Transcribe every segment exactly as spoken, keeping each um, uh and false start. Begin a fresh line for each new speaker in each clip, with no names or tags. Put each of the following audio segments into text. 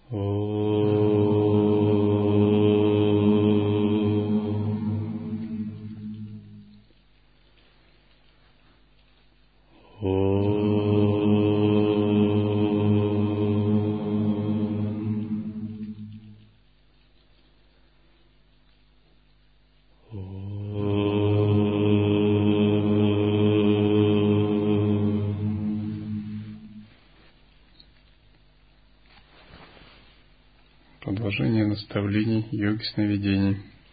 Продолжение наставлений йоги сновидений.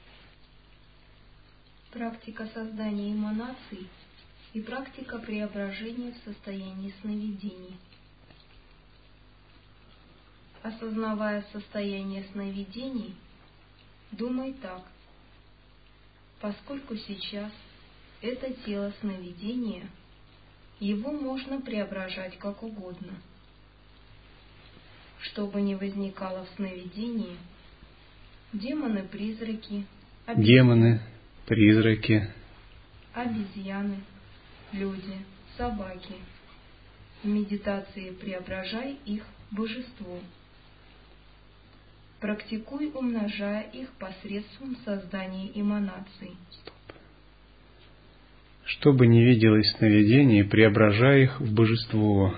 Практика создания эманаций и практика преображения в состоянии сновидений. Осознавая состояние сновидений, думай так: поскольку сейчас это тело сновидения, его можно преображать как угодно. Что бы ни возникало в сновидении, демоны-призраки, обез...
демоны, призраки,
обезьяны, люди, собаки, в медитации преображай их в божество. Практикуй, умножая их посредством создания эманаций.
Что бы ни виделось в сновидении, преображай их в божество.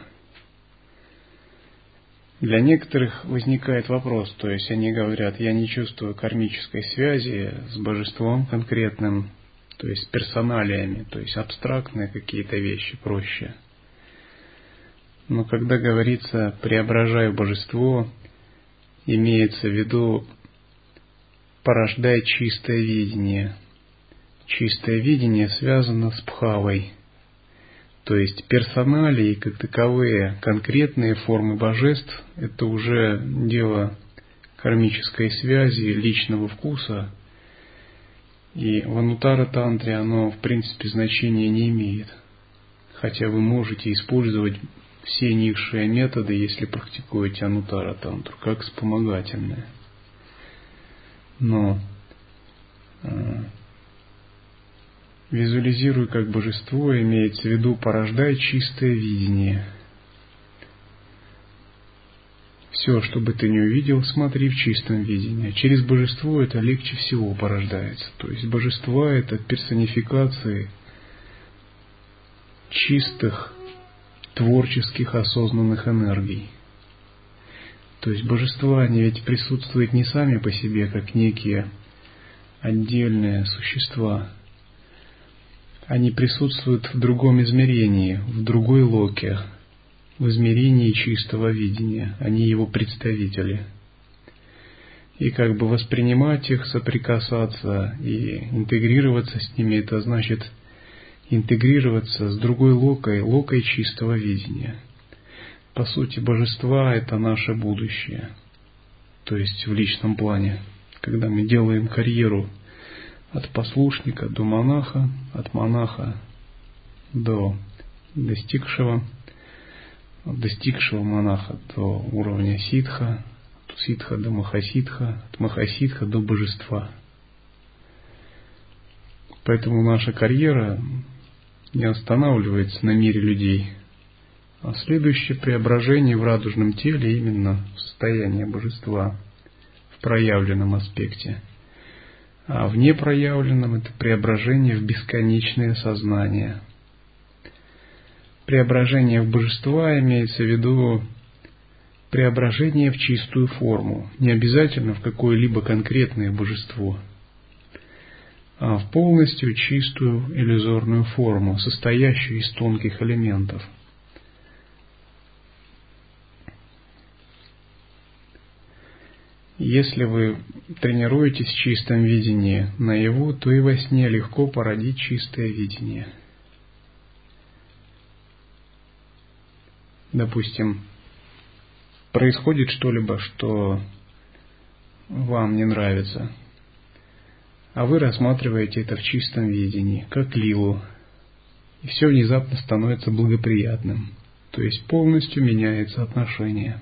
Для некоторых возникает вопрос, то есть они говорят: я не чувствую кармической связи с божеством конкретным, то есть персоналиями, то есть абстрактные какие-то вещи проще. Но когда говорится «преображай божество», имеется в виду порождай чистое видение. Чистое видение связано с бхавой. То есть персоналии, как таковые, конкретные формы божеств, это уже дело кармической связи, личного вкуса. И в анутара-тантре оно, в принципе, значения не имеет. Хотя вы можете использовать все низшие методы, если практикуете анутара-тантру, как вспомогательные. Но э, визуализируй как божество, имеется в виду порождай чистое видение. Все, что бы ты ни увидел, смотри в чистом видении. Через божество это легче всего порождается. То есть божества — это персонификации чистых, творческих, осознанных энергий. То есть божества, они ведь присутствуют не сами по себе, как некие отдельные существа. Они присутствуют в другом измерении, в другой локе, в измерении чистого видения. Они его представители. И как бы воспринимать их, соприкасаться и интегрироваться с ними, это значит интегрироваться с другой локой, локой чистого видения. По сути, божества — это наше будущее. То есть в личном плане, когда мы делаем карьеру от послушника до монаха, от монаха до достигшего, от достигшего монаха до уровня ситха, от ситха до махаситха, от махаситха до божества. Поэтому наша карьера не останавливается на мире людей, а следующее преображение в радужном теле именно в состояние божества в проявленном аспекте. А в непроявленном это преображение в бесконечное сознание. Преображение в божества имеется в виду преображение в чистую форму, не обязательно в какое-либо конкретное божество, а в полностью чистую иллюзорную форму, состоящую из тонких элементов. Если вы тренируетесь в чистом видении наяву, то и во сне легко породить чистое видение. Допустим, происходит что-либо, что вам не нравится, а вы рассматриваете это в чистом видении, как лилу, и все внезапно становится благоприятным, то есть полностью меняется отношение.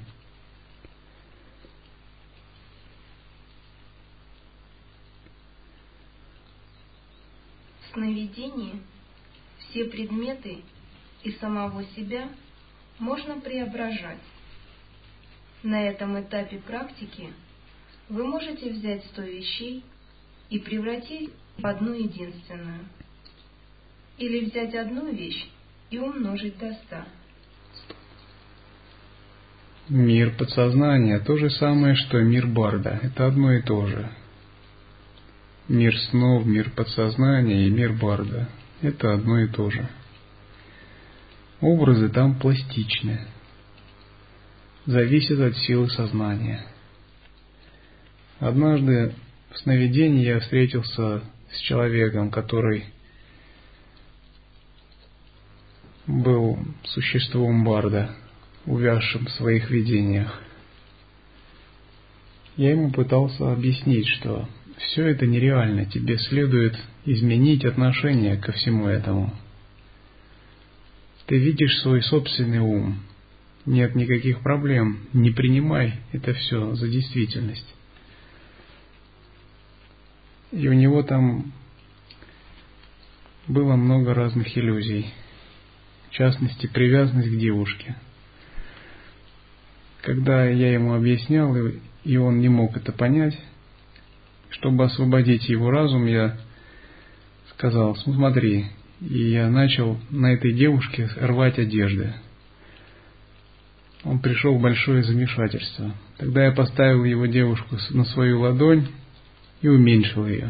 В сновидении все предметы и самого себя можно преображать. На этом этапе практики вы можете взять сто вещей и превратить в одну единственную. Или взять одну вещь и умножить до ста.
Мир подсознания то же самое, что мир Барда. Это одно и то же. Мир снов, мир подсознания и мир Барда – это одно и то же. Образы там пластичны. Зависит от силы сознания. Однажды в сновидении я встретился с человеком, который был существом Барда, увязшим в своих видениях. Я ему пытался объяснить, что все это нереально, тебе следует изменить отношение ко всему этому. Ты видишь свой собственный ум, нет никаких проблем, не принимай это все за действительность. И у него там было много разных иллюзий, в частности, привязанность к девушке. Когда я ему объяснял, и он не мог это понять, чтобы освободить его разум, я сказал: смотри, и я начал на этой девушке рвать одежды. Он пришел в большое замешательство. Тогда я поставил его девушку на свою ладонь и уменьшил ее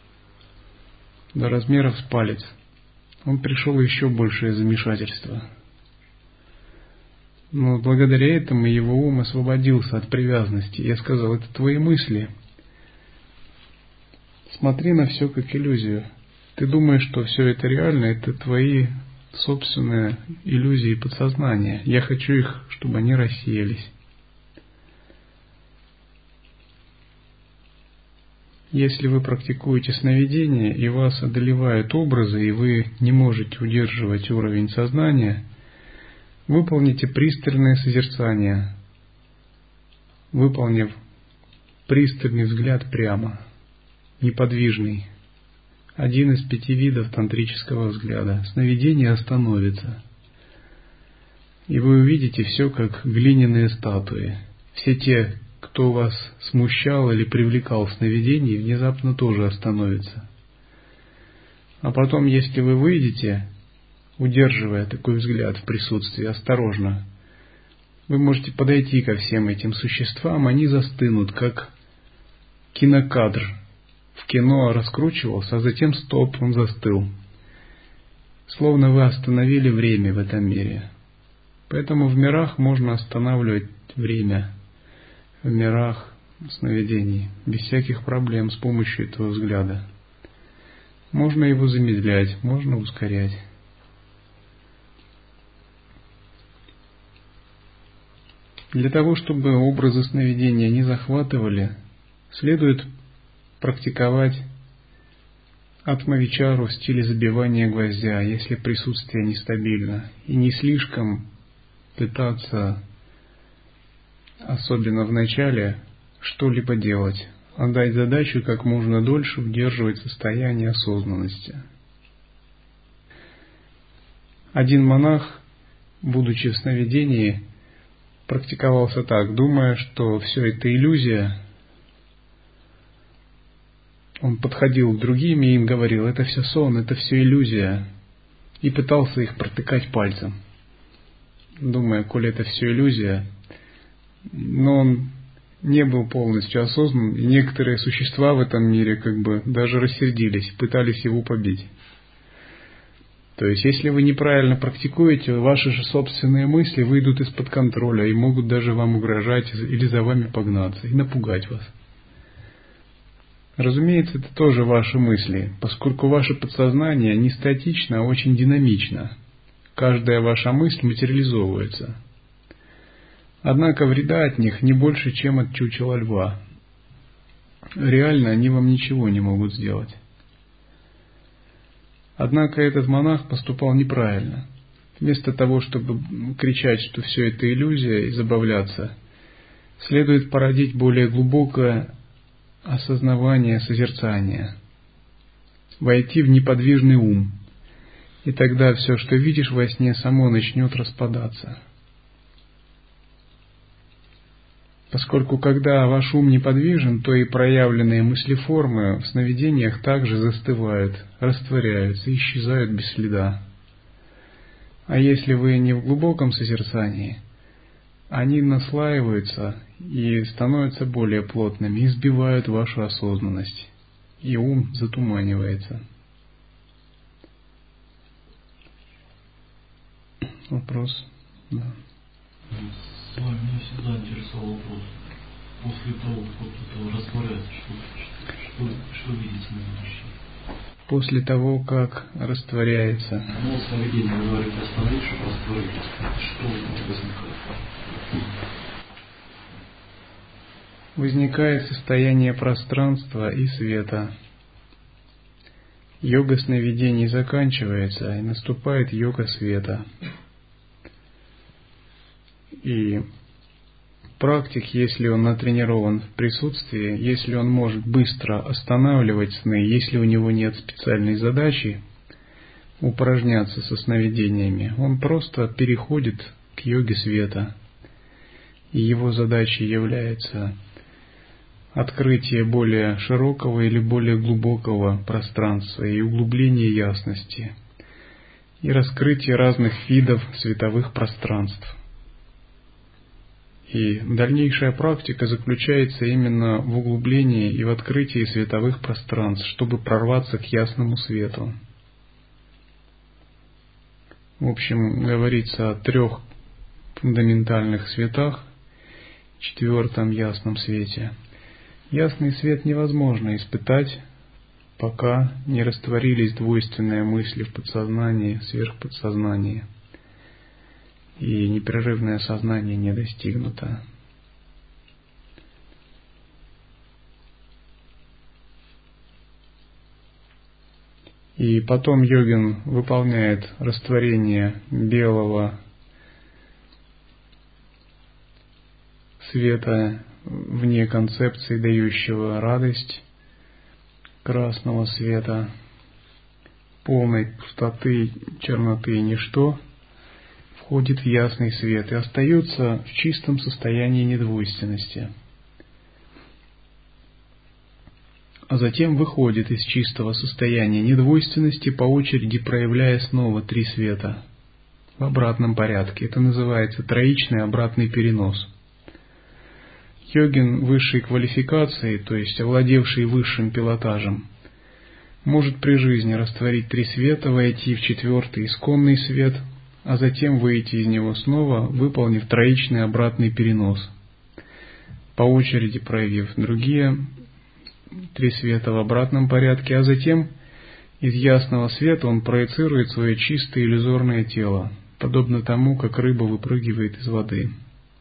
до размеров с палец. Он пришел в еще большее замешательство. Но благодаря этому его ум освободился от привязанности. Я сказал: это твои мысли. Смотри на все как иллюзию. Ты думаешь, что все это реально, это твои собственные иллюзии подсознания. Я хочу их, чтобы они рассеялись. Если вы практикуете сновидение, и вас одолевают образы, и вы не можете удерживать уровень сознания, выполните пристальное созерцание, выполнив пристальный взгляд прямо, неподвижный. Один из пяти видов тантрического взгляда. Сновидение остановится. И вы увидите все как глиняные статуи. Все те, кто вас смущал или привлекал в сновидении, внезапно тоже остановятся. А потом, если вы выйдете, удерживая такой взгляд в присутствии, осторожно, вы можете подойти ко всем этим существам, они застынут, как кинокадр. В кино раскручивался, а затем стоп, он застыл. Словно вы остановили время в этом мире. Поэтому в мирах можно останавливать время. В мирах сновидений, без всяких проблем, с помощью этого взгляда. Можно его замедлять, можно ускорять. Для того, чтобы образы сновидения не захватывали, следует практиковать атмавичару в стиле забивания гвоздя, если присутствие нестабильно, и не слишком пытаться, особенно в начале, что-либо делать, а дать задачу как можно дольше удерживать состояние осознанности. Один монах, будучи в сновидении, практиковался так, думая, что все это иллюзия. Он подходил к другим и им говорил: это все сон, это все иллюзия, и пытался их протыкать пальцем, думая, коли это все иллюзия. Но он не был полностью осознан, и некоторые существа в этом мире как бы даже рассердились, пытались его побить. То есть, если вы неправильно практикуете, ваши же собственные мысли выйдут из-под контроля и могут даже вам угрожать или за вами погнаться и напугать вас. Разумеется, это тоже ваши мысли, поскольку ваше подсознание не статично, а очень динамично. Каждая ваша мысль материализовывается. Однако вреда от них не больше, чем от чучела льва. Реально они вам ничего не могут сделать. Однако этот монах поступал неправильно. Вместо того, чтобы кричать, что все это иллюзия, и забавляться, следует породить более глубокое осознавание, созерцание, войти в неподвижный ум, и тогда все, что видишь во сне, само начнет распадаться. Поскольку когда ваш ум неподвижен, то и проявленные мыслеформы в сновидениях также застывают, растворяются, исчезают без следа. А если вы не в глубоком созерцании, они наслаиваются и становятся более плотными, и сбивают вашу осознанность, и ум затуманивается. Вопрос? Да.
С вами меня всегда интересовал вопрос. После того, как вот это растворяется, что, что, что видится на будущее?
После того, как растворяется.
Ну, сновидение, вы говорите, остановить, чтобы растворилось. Что возникает?
Возникает состояние пространства и света. Йога сновидений заканчивается, и наступает йога света. И практик, если он натренирован в присутствии, если он может быстро останавливать сны, если у него нет специальной задачи упражняться со сновидениями, он просто переходит к йоге света. И его задачей является открытие более широкого или более глубокого пространства и углубление ясности, и раскрытие разных видов световых пространств. И дальнейшая практика заключается именно в углублении и в открытии световых пространств, чтобы прорваться к ясному свету. В общем, говорится о трех фундаментальных светах, четвертом ясном свете. Ясный свет невозможно испытать, пока не растворились двойственные мысли в подсознании, сверхподсознании, и непрерывное сознание не достигнуто. И потом йогин выполняет растворение белого света вне концепции, дающего радость, красного света, полной пустоты, черноты и ничто, входит в ясный свет и остается в чистом состоянии недвойственности. А затем выходит из чистого состояния недвойственности, по очереди проявляя снова три света в обратном порядке. Это называется троичный обратный перенос. Йогин высшей квалификации, то есть овладевший высшим пилотажем, может при жизни растворить три света, войти в четвертый исконный свет, а затем выйти из него снова, выполнив троичный обратный перенос, по очереди проявив другие три света в обратном порядке, а затем из ясного света он проецирует свое чистое иллюзорное тело, подобно тому, как рыба выпрыгивает из воды.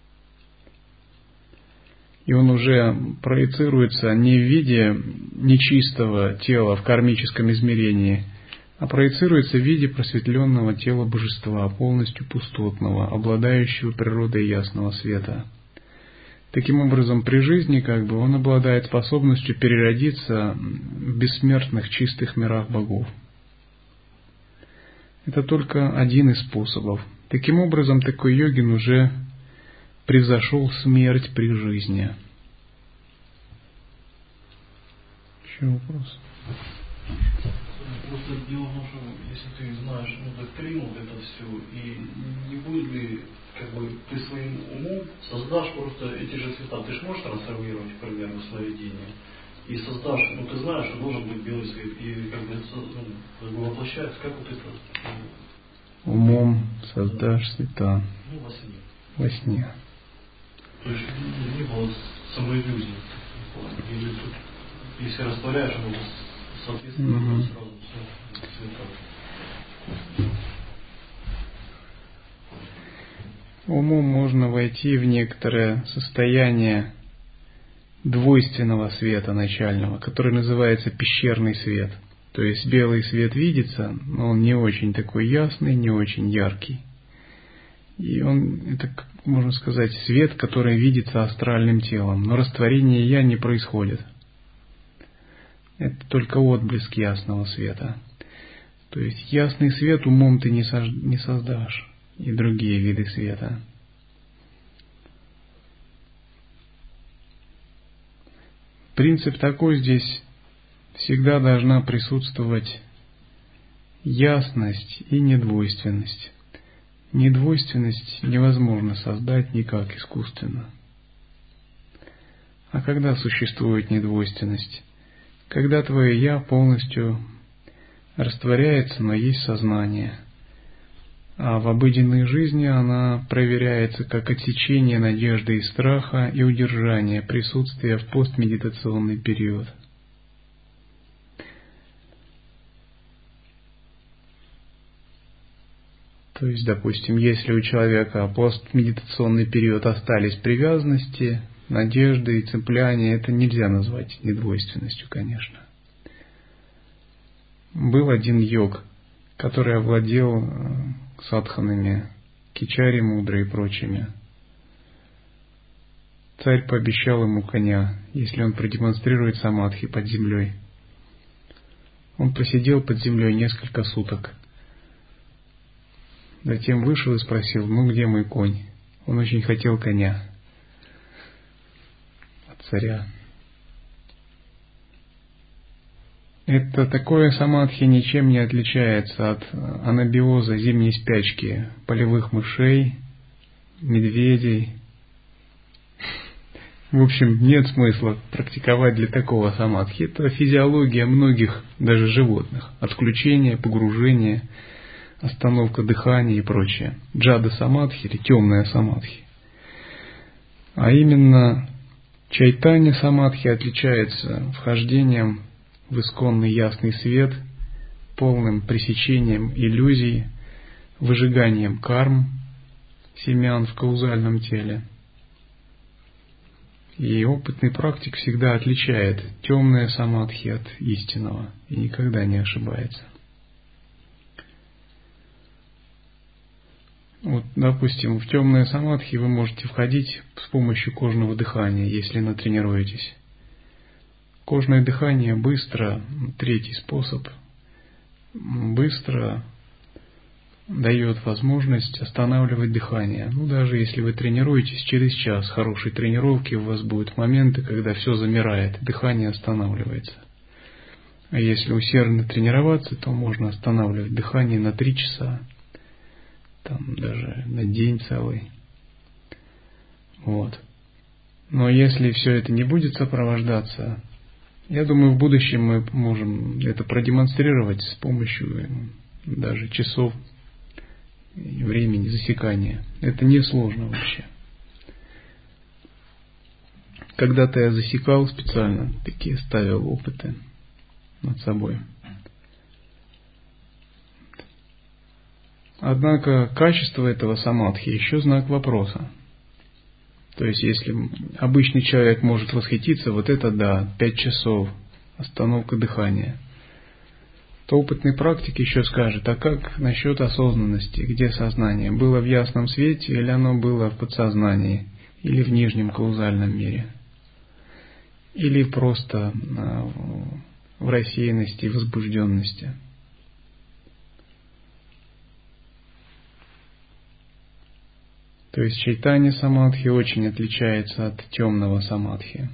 И он уже проецируется не в виде нечистого тела в кармическом измерении, а проецируется в виде просветленного тела божества, полностью пустотного, обладающего природой ясного света. Таким образом, при жизни как бы он обладает способностью переродиться в бессмертных чистых мирах богов. Это только один из способов. Таким образом, такой йогин уже превзошел смерть при жизни. Еще вопрос?
Просто дело в том, что если ты знаешь ну, доктрину, это все, и не будет ли, как бы, ты своим умом создашь просто эти же цвета, ты же можешь трансформировать, к примеру, сновидение, и создашь, ну ты знаешь, что должен быть белый свет, и как бы, ну, как бы воплощается, как вот это? Ну,
умом создашь цвета.
Ну, во сне.
Во сне.
То есть не было самоиллюзии. Или тут, если растворяешь, оно соответственно
угу.
сразу все цвета.
Умом можно войти в некоторое состояние двойственного света начального, который называется пещерный свет. То есть белый свет видится, но он не очень такой ясный, не очень яркий. И он, это, можно сказать, свет, который видится астральным телом, но растворение я не происходит. Это только отблеск ясного света. То есть ясный свет умом ты не создашь, и другие виды света. принцип такой: здесь всегда должна присутствовать ясность и недвойственность. Недвойственность невозможно создать никак искусственно. А когда существует недвойственность? Когда твое «я» полностью растворяется, но есть сознание. А в обыденной жизни она проверяется как отсечение надежды и страха и удержание присутствия в постмедитационный период. То есть, допустим, если у человека постмедитационный период остались привязанности, надежды и цепляния, это нельзя назвать недвойственностью, конечно. Был один йог, который овладел садханами, кичари мудрой и прочими. Царь пообещал ему коня, если он продемонстрирует самадхи под землей. Он посидел под землей несколько суток. Затем вышел и спросил: ну где мой конь? Он очень хотел коня от царя. Это такое самадхи ничем не отличается от анабиоза, зимней спячки, полевых мышей, медведей. В общем, нет смысла практиковать для такого самадхи. Это физиология многих, даже животных. Отключение, погружение, остановка дыхания и прочее. Джада самадхи или темная самадхи. А именно чайтанья самадхи отличается вхождением в исконный ясный свет, полным пресечением иллюзий, выжиганием карм, семян в каузальном теле. И опытный практик всегда отличает темное самадхи от истинного и никогда не ошибается. Вот, допустим, в темное самадхи вы можете входить с помощью кожного дыхания, если натренируетесь. Кожное дыхание быстро, третий способ, быстро дает возможность останавливать дыхание. Ну, даже если вы тренируетесь, через час хорошей тренировки у вас будут моменты, когда все замирает, дыхание останавливается. А если усердно тренироваться, то можно останавливать дыхание на три часа, там даже на день целый. Вот. Но если все это не будет сопровождаться, я думаю, в будущем мы можем это продемонстрировать с помощью даже часов и времени засекания. Это несложно вообще. Когда-то я засекал специально, такие ставил опыты над собой. Однако качество этого самадхи еще знак вопроса. То есть, если обычный человек может восхититься, вот это да, пять часов, остановка дыхания, то опытный практик еще скажет: а как насчет осознанности, где сознание? Было в ясном свете или оно было в подсознании, или в нижнем каузальном мире? Или просто в рассеянности и возбужденности? То есть чайтанья самадхи очень отличается от темного самадхи.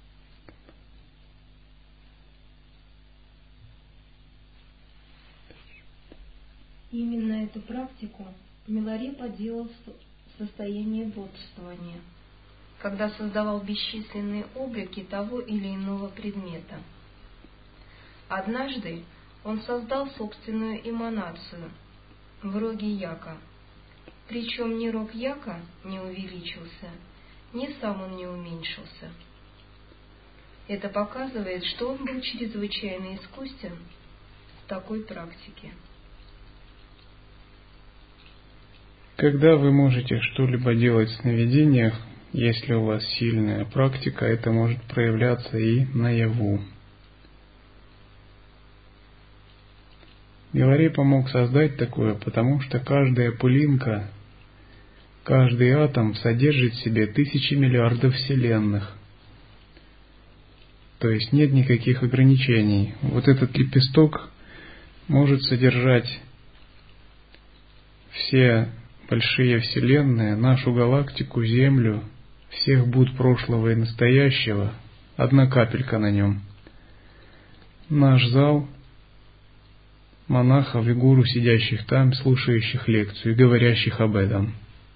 Именно эту практику Миларепа делал в состоянии бодрствования, когда создавал бесчисленные облики того или иного предмета. Однажды он создал собственную эманацию в роге яка. Причем ни рог яка не увеличился, ни сам он не уменьшился. Это показывает, что он был чрезвычайно искусен в такой практике.
Когда вы можете что-либо делать в сновидениях, если у вас сильная практика, это может проявляться и наяву. Миларепа мог создать такое, потому что каждая пылинка, каждый атом содержит в себе тысячи миллиардов вселенных. То есть нет никаких ограничений. Вот этот лепесток может содержать все большие вселенные, нашу галактику, Землю, всех Будд прошлого и настоящего, одна капелька на нем. Наш зал монахов и гуру, сидящих там, слушающих лекцию и говорящих об этом.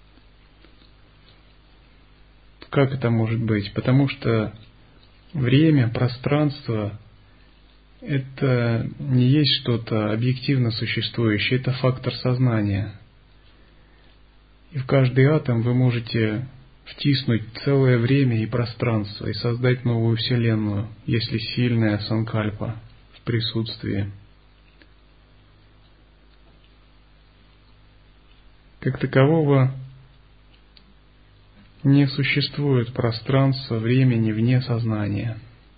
Как это может быть? Потому что время, пространство – это не есть что-то объективно существующее, это фактор сознания. И в каждый атом вы можете втиснуть целое время и пространство и создать новую вселенную, если сильная санкальпа в присутствии. Как такового не существует пространства, времени вне сознания.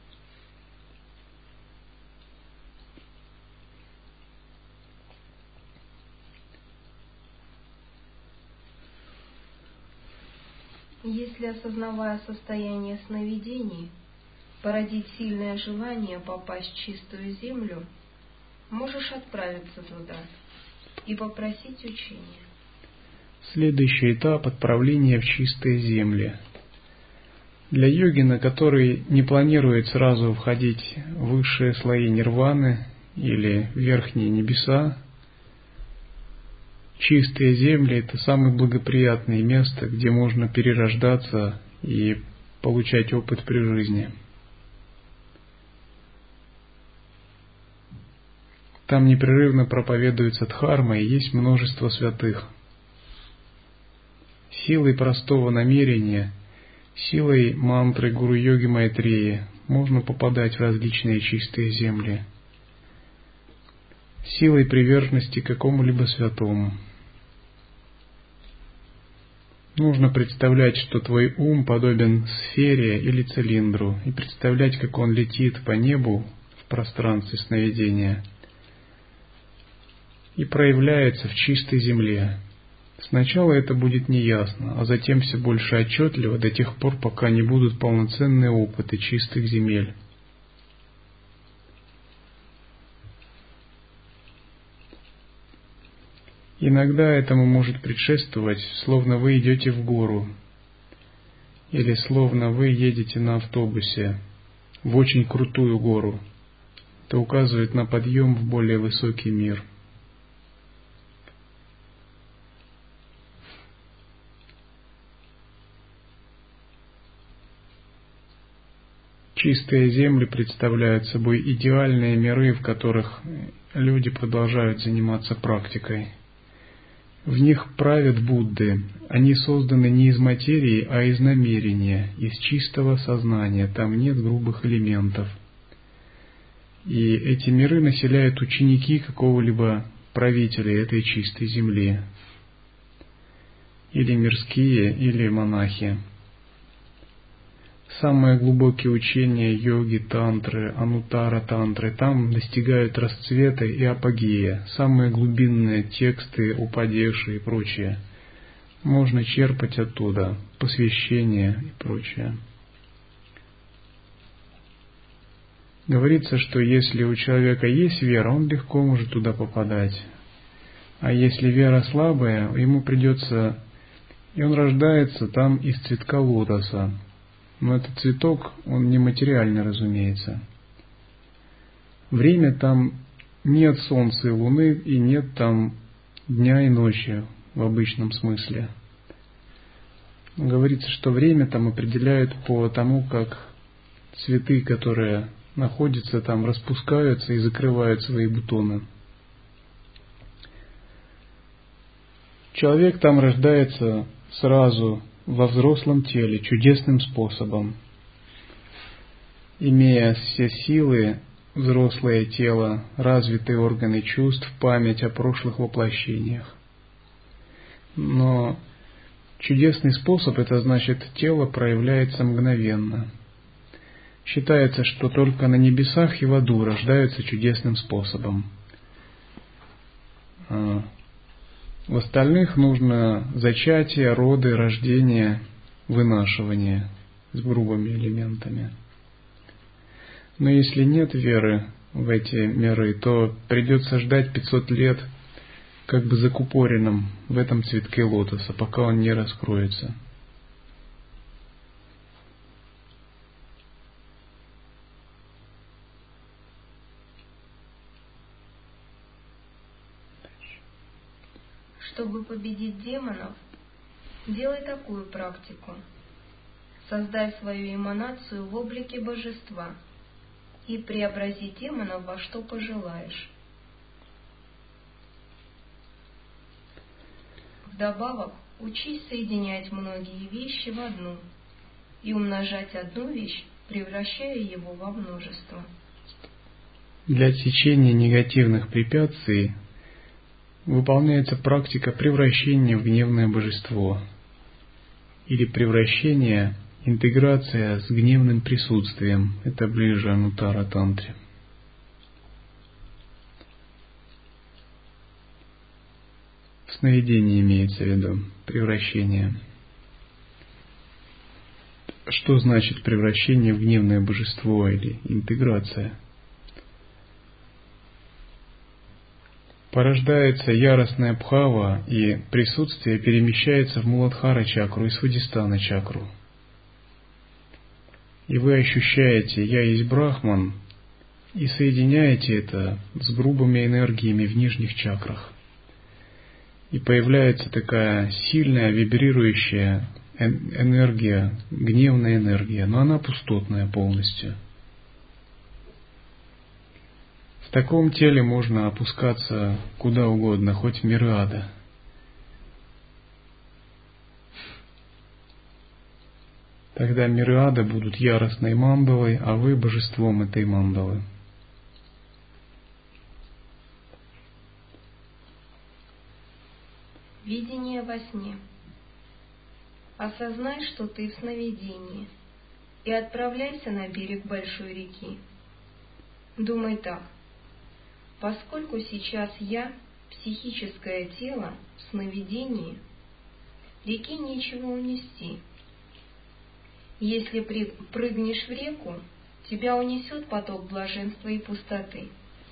Если, осознавая состояние сновидений, породить сильное желание попасть в чистую землю, можешь отправиться туда и попросить учения.
Следующий этап – отправления в чистые земли. Для йогина, который не планирует сразу входить в высшие слои нирваны или в верхние небеса, чистые земли – это самое благоприятное место, где можно перерождаться и получать опыт при жизни. Там непрерывно проповедуется дхарма и есть множество святых. Силой простого намерения, силой мантры Гуру-йоги Майтреи можно попадать в различные чистые земли. Силой приверженности к какому-либо святому. Нужно представлять, что твой ум подобен сфере или цилиндру, и представлять, как он летит по небу в пространстве сновидения и проявляется в чистой земле. Сначала это будет неясно, а затем все больше отчетливо до тех пор, пока не будут полноценные опыты чистых земель. Иногда этому может предшествовать, словно вы идете в гору, или словно вы едете на автобусе в очень крутую гору. Это указывает на подъем в более высокий мир. Чистые земли представляют собой идеальные миры, в которых люди продолжают заниматься практикой. В них правят Будды. Они созданы не из материи, а из намерения, из чистого сознания. Там нет грубых элементов. И эти миры населяют ученики какого-либо правителя этой чистой земли. Или мирские, или монахи. Самые глубокие учения йоги, тантры, анутара тантры там достигают расцвета и апогея. Самые глубинные тексты, упадеши и прочее можно черпать оттуда, посвящение и прочее. Говорится, что если у человека есть вера, он легко может туда попадать. А если вера слабая, ему придется... И он рождается там из цветка лотоса. Но этот цветок, он нематериальный, разумеется. Время там нет солнца и луны, и нет там дня и ночи в обычном смысле. Говорится, что время там определяют по тому, как цветы, которые находятся там, распускаются и закрывают свои бутоны. Человек там рождается сразу во взрослом теле, чудесным способом, имея все силы, взрослое тело, развитые органы чувств, память о прошлых воплощениях. Но чудесный способ, это значит, тело проявляется мгновенно. Считается, что только на небесах и в аду рождаются чудесным способом. В остальных нужно зачатие, роды, рождение, вынашивание с грубыми элементами. Но если нет веры в эти миры, то придется ждать пятьсот лет как бы закупоренным в этом цветке лотоса, пока он не раскроется.
Чтобы победить демонов, делай такую практику. Создай свою эманацию в облике божества и преобрази демонов во что пожелаешь. Вдобавок, учись соединять многие вещи в одну и умножать одну вещь, превращая его во множество.
Для отсечения негативных препятствий выполняется практика превращения в гневное божество или превращение, интеграция с гневным присутствием. Это ближе Анутара Тантре. В сновидении имеется в виду превращение. Что значит превращение в гневное божество или интеграция? Порождается яростная бхава, и присутствие перемещается в Муладхара чакру и Свадхистхана чакру. И вы ощущаете «я есть Брахман» и соединяете это с грубыми энергиями в нижних чакрах. И появляется такая сильная, вибрирующая энергия, гневная энергия, но она пустотная полностью. В таком теле можно опускаться куда угодно, хоть в миры ада. Тогда миры ада будут яростной мандалой, а вы божеством этой мандалы.
Видение во сне. Осознай, что ты в сновидении, и отправляйся на берег большой реки. Думай так: поскольку сейчас я, психическое тело, в сновидении, реки нечего унести. Если прыгнешь в реку, тебя унесет поток блаженства и пустоты.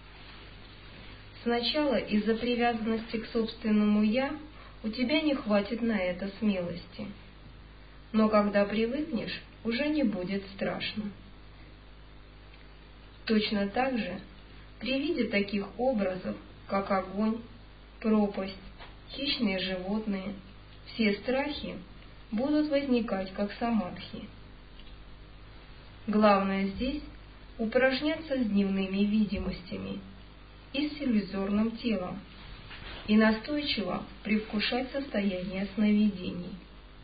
Сначала из-за привязанности к собственному «я» у тебя не хватит на это смелости. Но когда привыкнешь, уже не будет страшно. Точно так же, при виде таких образов, как огонь, пропасть, хищные животные, все страхи будут возникать как самадхи. Главное здесь упражняться с дневными видимостями и с иллюзорным телом и настойчиво привкушать состояние сновидений.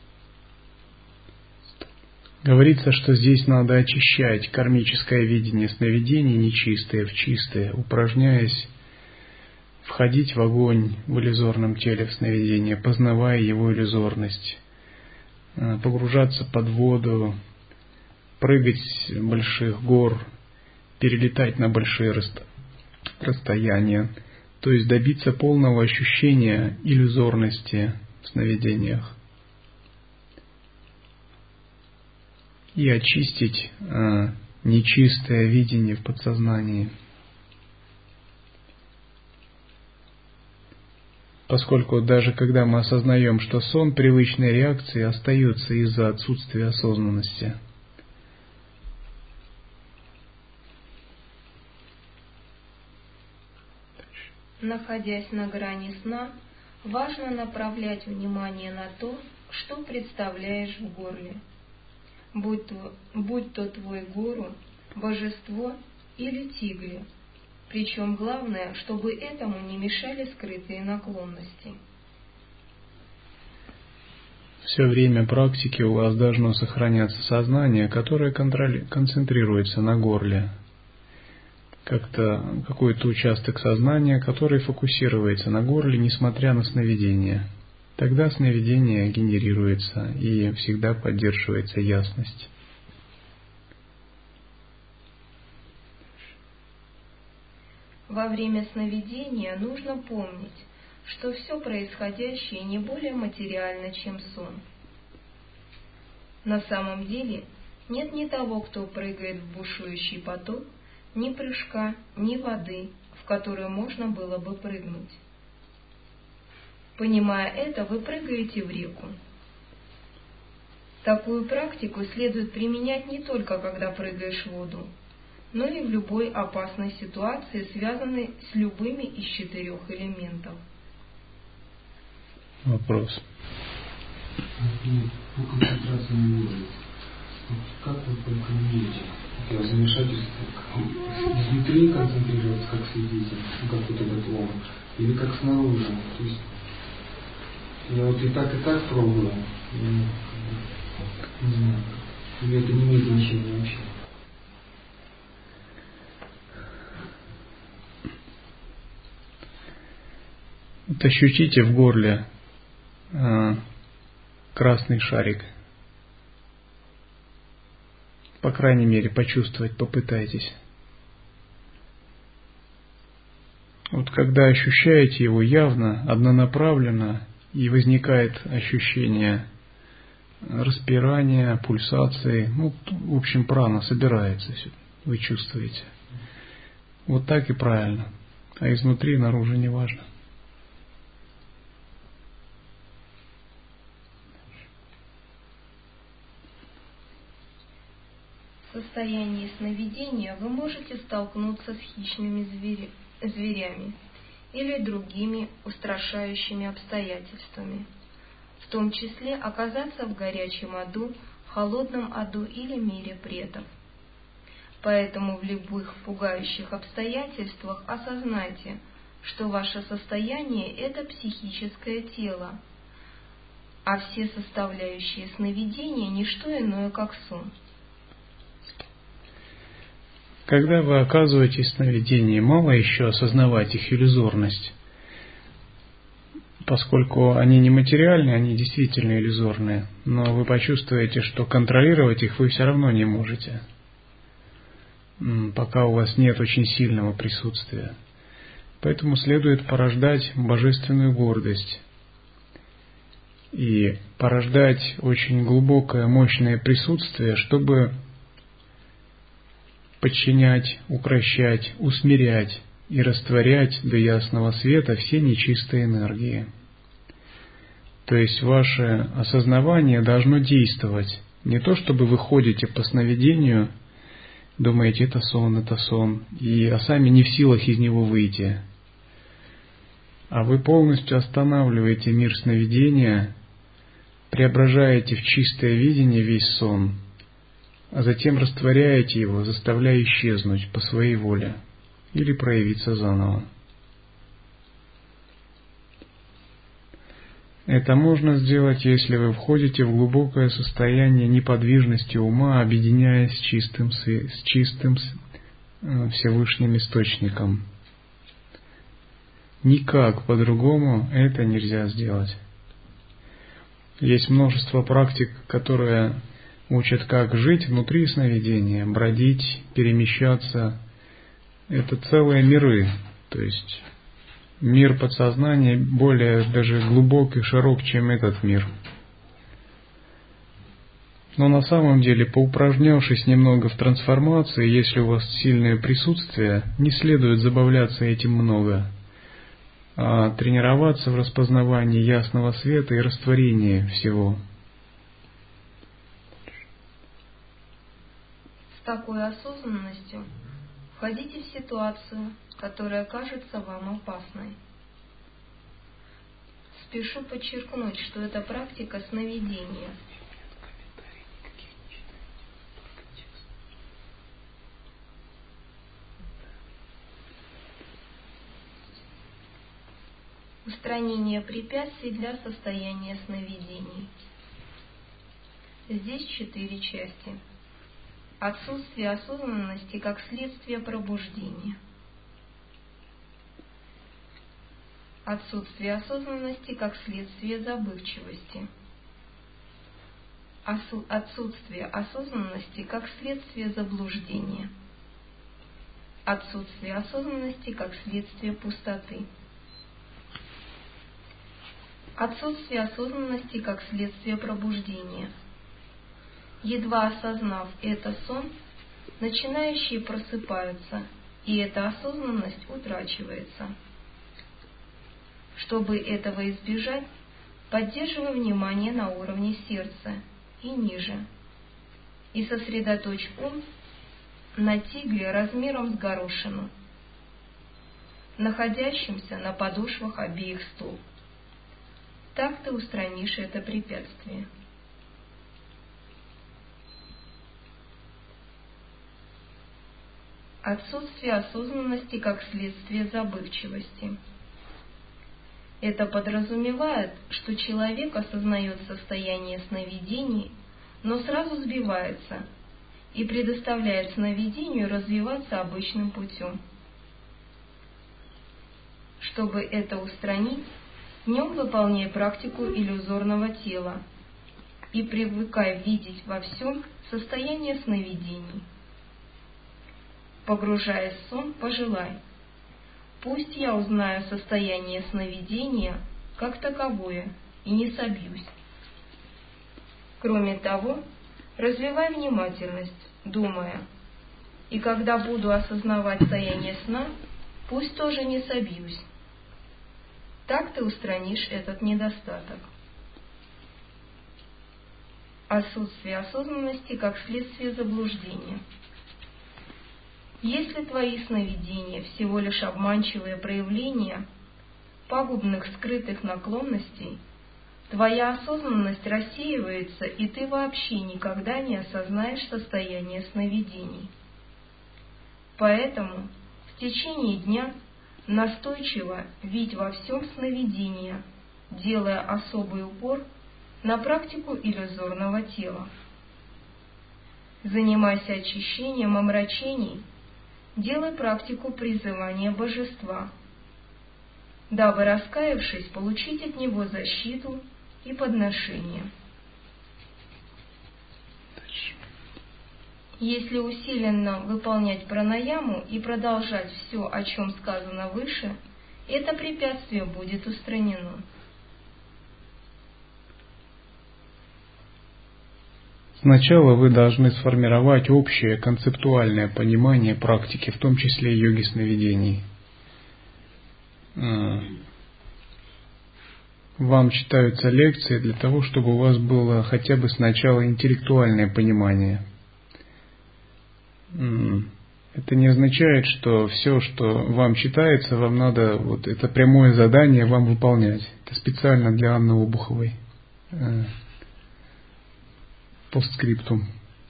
Говорится, что здесь надо очищать кармическое видение сновидений нечистое в чистое, упражняясь входить в огонь в иллюзорном теле в сновидение, познавая его иллюзорность, погружаться под воду, прыгать с больших гор, перелетать на большие расстояния, то есть добиться полного ощущения иллюзорности в сновидениях и очистить э, нечистое видение в подсознании. Поскольку даже когда мы осознаем, что сон, привычные реакции остаются из-за отсутствия осознанности.
Находясь на грани сна, важно направлять внимание на то, что представляешь в горле. Будь то, будь то твой гуру, божество или тигли. Причем главное, чтобы этому не мешали скрытые наклонности.
Все время практики у вас должно сохраняться сознание, которое контроли... концентрируется на горле. Как-то какой-то участок сознания, который фокусируется на горле, несмотря на сновидение. Тогда сновидение генерируется и всегда поддерживается ясность.
Во время сновидения нужно помнить, что все происходящее не более материально, чем сон. На самом деле нет ни того, кто прыгает в бушующий поток, ни прыжка, ни воды, в которую можно было бы прыгнуть. Понимая это, вы прыгаете в реку. Такую практику следует применять не только когда прыгаешь в воду, но и в любой опасной ситуации, связанной с любыми из четырех элементов.
вопрос.
Нет, по концентрации не может. Как вы только умеете? Я замешательство, изнутри концентрироваться как свидетель, как вот этот лом, или как снаружи. То есть я вот и так, и так пробую. И, не знаю, или это не имеет значения вообще.
Вот ощутите в горле э, красный шарик. По крайней мере, почувствовать попытайтесь. Вот когда ощущаете его явно, однонаправленно, и возникает ощущение распирания, пульсации, ну, в общем, прана собирается, вы чувствуете. Вот так и правильно. А изнутри, наружу не важно.
В состоянии сновидения вы можете столкнуться с хищными звери, зверями или другими устрашающими обстоятельствами, в том числе оказаться в горячем аду, холодном аду или мире предков. Поэтому в любых пугающих обстоятельствах осознайте, что ваше состояние – это психическое тело, а все составляющие сновидения – не что иное, как сон.
Когда вы оказываетесь в сновидении, мало еще осознавать их иллюзорность, поскольку они не материальные, они действительно иллюзорные, но вы почувствуете, что контролировать их вы все равно не можете, пока у вас нет очень сильного присутствия. Поэтому следует порождать божественную гордость и порождать очень глубокое, мощное присутствие, чтобы подчинять, укрощать, усмирять и растворять до ясного света все нечистые энергии. То есть ваше осознавание должно действовать. Не то, чтобы вы ходите по сновидению, думаете, это сон, это сон, и, а сами не в силах из него выйти. А вы полностью останавливаете мир сновидения, преображаете в чистое видение весь сон, а затем растворяете его, заставляя исчезнуть по своей воле или проявиться заново. Это можно сделать, если вы входите в глубокое состояние неподвижности ума, объединяясь с чистым, с чистым Всевышним Источником. Никак по-другому это нельзя сделать. Есть множество практик, которые учат, как жить внутри сновидения, бродить, перемещаться. Это целые миры, то есть мир подсознания более даже глубокий, широк, чем этот мир. Но на самом деле, поупражнявшись немного в трансформации, если у вас сильное присутствие, не следует забавляться этим много, а тренироваться в распознавании ясного света и растворении всего.
С такой осознанностью входите в ситуацию, которая кажется вам опасной. Спешу подчеркнуть, что это практика сновидения. Устранение препятствий для состояния сновидений. Здесь четыре части. Отсутствие осознанности как следствие пробуждения. Отсутствие осознанности как следствие забывчивости. Осу- отсутствие осознанности как следствие заблуждения. Отсутствие осознанности как следствие пустоты. Отсутствие осознанности как следствие пробуждения. Едва осознав это сон, начинающие просыпаются, и эта осознанность утрачивается. Чтобы этого избежать, поддерживай внимание на уровне сердца и ниже, и сосредоточь ум на тигле размером с горошину, находящемся на подошвах обеих стоп. так ты устранишь это препятствие. Отсутствие осознанности как следствие забывчивости. Это подразумевает, что человек осознает состояние сновидений, но сразу сбивается и предоставляет сновидению развиваться обычным путем. Чтобы это устранить, днем выполняй практику иллюзорного тела и привыкай видеть во всем состояние сновидений. Погружаясь в сон, пожелай: пусть я узнаю состояние сновидения как таковое и не собьюсь. Кроме того, развивай внимательность, думая: и когда буду осознавать состояние сна, пусть тоже не собьюсь. Так ты устранишь этот недостаток. Отсутствие осознанности как следствие заблуждения. Если твои сновидения всего лишь обманчивые проявления пагубных скрытых наклонностей, твоя осознанность рассеивается, и ты вообще никогда не осознаешь состояние сновидений. Поэтому в течение дня настойчиво видь во всем сновидения, делая особый упор на практику иллюзорного тела. Занимайся очищением омрачений, делай практику призывания божества, дабы, раскаявшись, получить от него защиту и подношение. Если усиленно выполнять пранаяму и продолжать все, о чем сказано выше, это препятствие будет устранено.
Сначала вы должны сформировать общее концептуальное понимание практики, в том числе йоги сновидений. Вам читаются лекции для того, чтобы у вас было хотя бы сначала интеллектуальное понимание. Это не означает, что все, что вам читается, вам надо, вот это прямое задание вам выполнять. Это специально для Анны Обуховой. Постскриптум.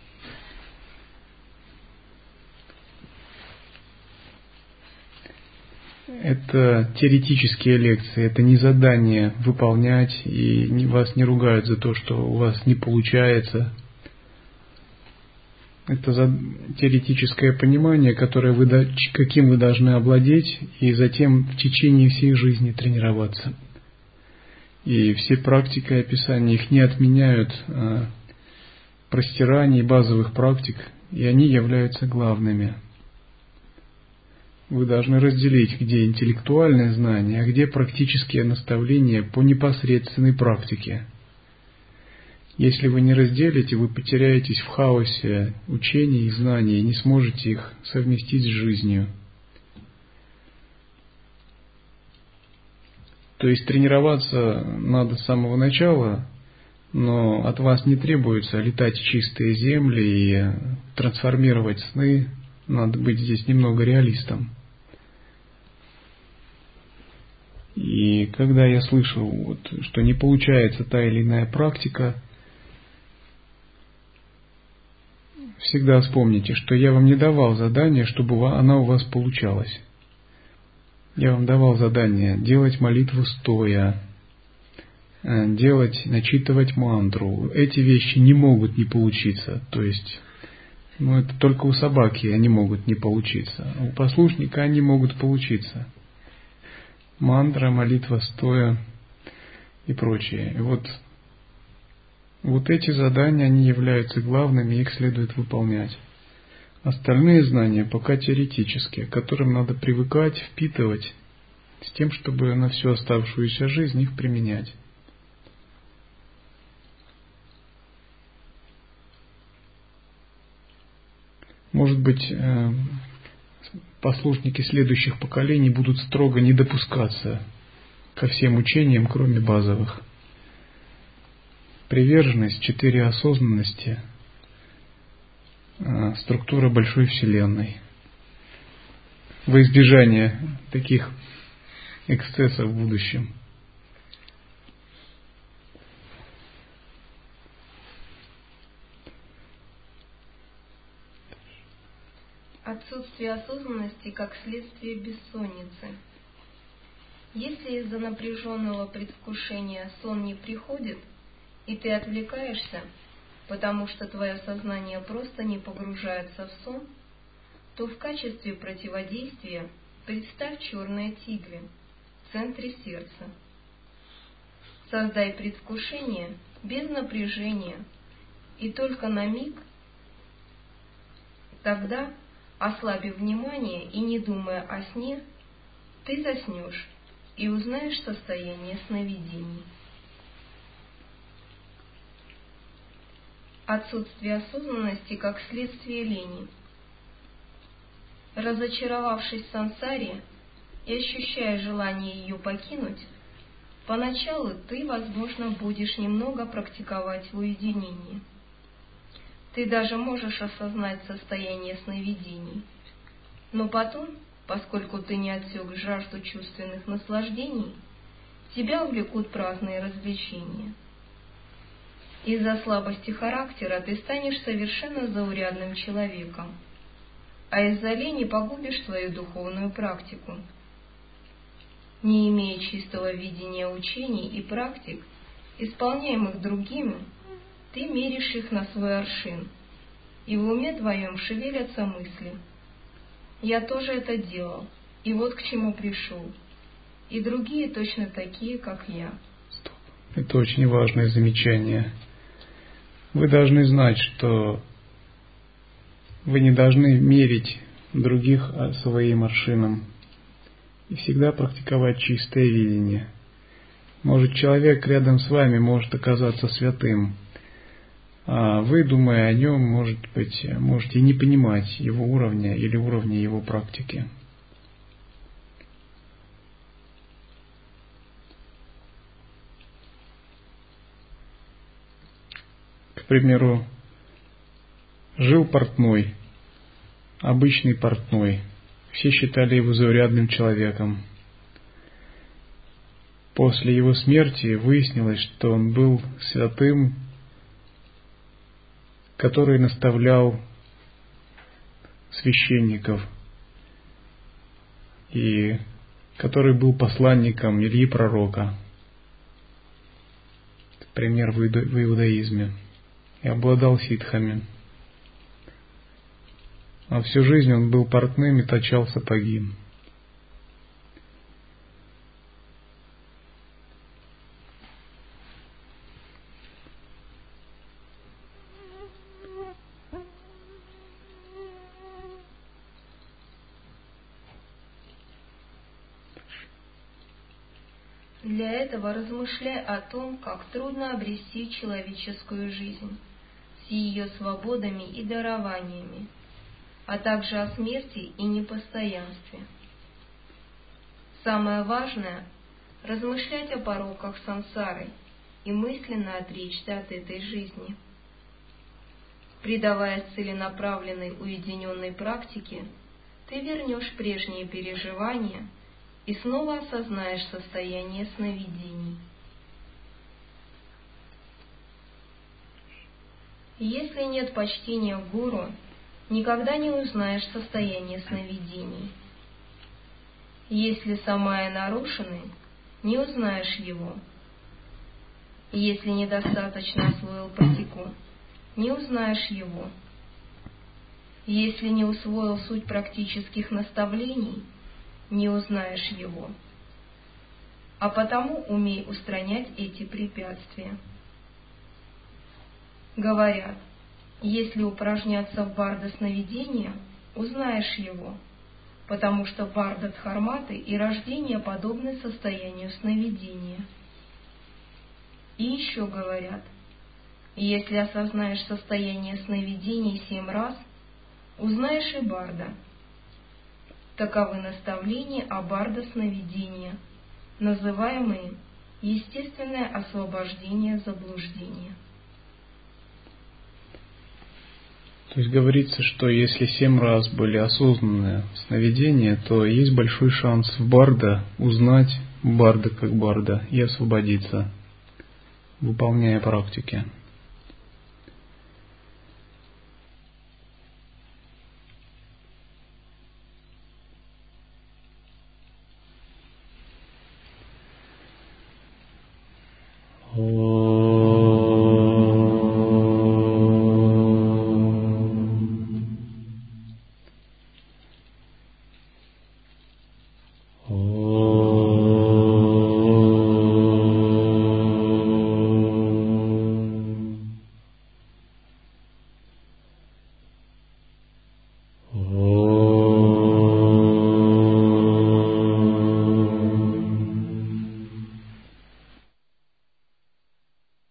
Это теоретические лекции, это не задание выполнять, и вас не ругают за то, что у вас не получается. Это теоретическое понимание, которое вы, каким вы должны овладеть, и затем в течение всей жизни тренироваться. И все практики и описания их не отменяют простираний, базовых практик, и они являются главными. Вы должны разделить, где интеллектуальное знание, а где практические наставления по непосредственной практике. Если вы не разделите, вы потеряетесь в хаосе учений и знаний и не сможете их совместить с жизнью. То есть тренироваться надо с самого начала, но от вас не требуется летать в чистые земли и трансформировать сны. Надо быть здесь немного реалистом. И когда я слышу, вот, что не получается та или иная практика, всегда вспомните, что я вам не давал задание, чтобы она у вас получалась. Я вам давал задание делать молитву стоя, делать, начитывать мантру. Эти вещи не могут не получиться. То есть, ну, это только у собаки они могут не получиться. У послушника они могут получиться. Мантра, молитва стоя и прочее. И вот, вот эти задания, они являются главными, их следует выполнять. Остальные знания пока теоретические, к которым надо привыкать, впитывать, с тем, чтобы на всю оставшуюся жизнь их применять. Может быть, послушники следующих поколений будут строго не допускаться ко всем учениям, кроме базовых. Приверженность, четыре осознанности, структура большой вселенной. Во избежание таких эксцессов в будущем.
Отсутствие осознанности как следствие бессонницы. Если из-за напряженного предвкушения сон не приходит, и ты отвлекаешься, потому что твое сознание просто не погружается в сон, то в качестве противодействия представь черные тигры в центре сердца. Создай предвкушение без напряжения, и только на миг, тогда, ослабив внимание и не думая о сне, ты заснешь и узнаешь состояние сновидений. Отсутствие осознанности как следствие лени. Разочаровавшись в сансаре и ощущая желание ее покинуть, поначалу ты, возможно, будешь немного практиковать в уединении. Ты даже можешь осознать состояние сновидений. Но потом, поскольку ты не отсек жажду чувственных наслаждений, тебя увлекут праздные развлечения. Из-за слабости характера ты станешь совершенно заурядным человеком, а из-за лени погубишь свою духовную практику. Не имея чистого видения учений и практик, исполняемых другими, ты меришь их на свой аршин, и в уме твоем шевелятся мысли. Я тоже это делал, и вот к чему пришел. И другие точно такие, как я.
Стоп. Это очень важное замечание. Вы должны знать, что вы не должны мерить других своим аршином и всегда практиковать чистое видение. Может, человек рядом с вами может оказаться святым, а вы, думая о нем, может быть, можете не понимать его уровня или уровня его практики. К примеру, жил портной, обычный портной. Все считали его заурядным человеком. После его смерти выяснилось, что он был святым, который наставлял священников и который был посланником Ильи Пророка. Это пример в иудаизме. И обладал ситхами. А всю жизнь он был портным и точал сапоги.
Для этого размышляй о том, как трудно обрести человеческую жизнь с ее свободами и дарованиями, а также о смерти и непостоянстве. Самое важное – размышлять о пороках сансары и мысленно отречься от этой жизни. Предаваясь целенаправленной уединенной практике, ты вернешь прежние переживания и снова осознаешь состояние сновидений. Если нет почтения к гуру, никогда не узнаешь состояние сновидений. Если самая нарушены, не узнаешь его. Если недостаточно освоил практику, не узнаешь его. Если не усвоил суть практических наставлений, не узнаешь его. А потому умей устранять эти препятствия. Говорят, если упражняться в барда сновидения, узнаешь его, потому что барда дхарматы и рождение подобны состоянию сновидения. И еще говорят, если осознаешь состояние сновидений семь раз, узнаешь и барда. Таковы наставления о барда сновидения, называемые естественное освобождение заблуждения.
То есть говорится, что если семь раз были осознанные сновидения, то есть большой шанс в барда узнать барда как барда и освободиться, выполняя практики.